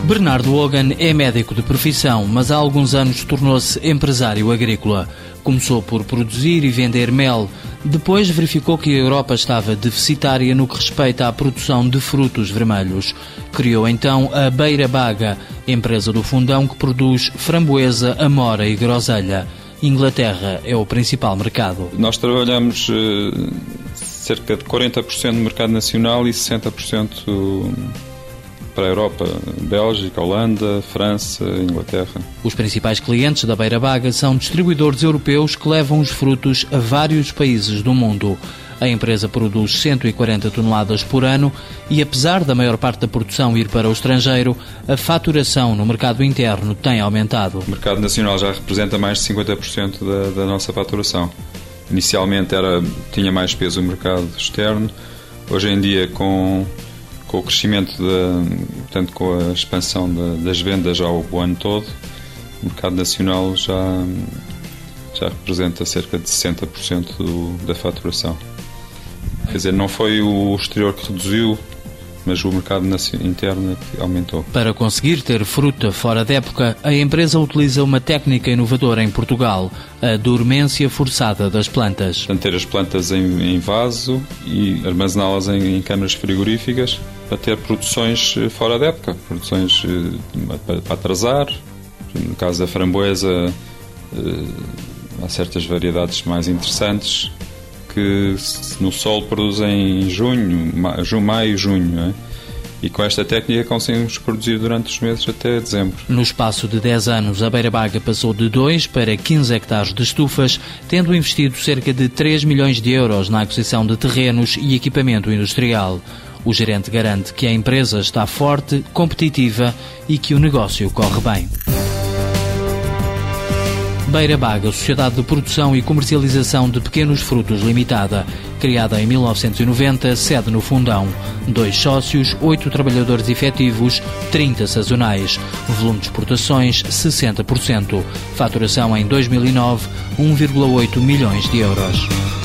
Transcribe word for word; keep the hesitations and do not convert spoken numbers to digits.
Bernardo Hogan é médico de profissão, mas há alguns anos tornou-se empresário agrícola. Começou por produzir e vender mel. Depois verificou que a Europa estava deficitária no que respeita à produção de frutos vermelhos. Criou então a Beira Baga, empresa do Fundão que produz framboesa, amora e groselha. Inglaterra é o principal mercado. Nós trabalhamos uh, cerca de quarenta por cento no mercado nacional e sessenta por cento para a Europa, Bélgica, Holanda, França, Inglaterra. Os principais clientes da Beira Baga são distribuidores europeus que levam os frutos a vários países do mundo. A empresa produz cento e quarenta toneladas por ano e, apesar da maior parte da produção ir para o estrangeiro, a faturação no mercado interno tem aumentado. O mercado nacional já representa mais de cinquenta por cento da, da nossa faturação. Inicialmente era, tinha mais peso o mercado externo. Hoje em dia, com Com o crescimento, de, portanto, com a expansão de, das vendas ao o ano todo, o mercado nacional já, já representa cerca de sessenta por cento do, da faturação. Quer dizer, não foi o exterior que reduziu, mas o mercado interno que aumentou. Para conseguir ter fruta fora de época, a empresa utiliza uma técnica inovadora em Portugal, a dormência forçada das plantas. Portanto, ter as plantas em, em vaso e armazená-las em, em câmaras frigoríficas para ter produções fora de época, produções para, para atrasar. No caso da framboesa, há certas variedades mais interessantes que no solo produzem em junho, maio e junho, não é? E com esta técnica conseguimos produzir durante os meses até dezembro. No espaço de dez anos, a Beira Baga passou de dois para quinze hectares de estufas, tendo investido cerca de três milhões de euros na aquisição de terrenos e equipamento industrial. O gerente garante que a empresa está forte, competitiva e que o negócio corre bem. Beira Baga, Sociedade de Produção e Comercialização de Pequenos Frutos Limitada, criada em mil novecentos e noventa, sede no Fundão. Dois sócios, oito trabalhadores efetivos, trinta sazonais. Volume de exportações, sessenta por cento. Faturação em dois mil e nove, um vírgula oito milhões de euros.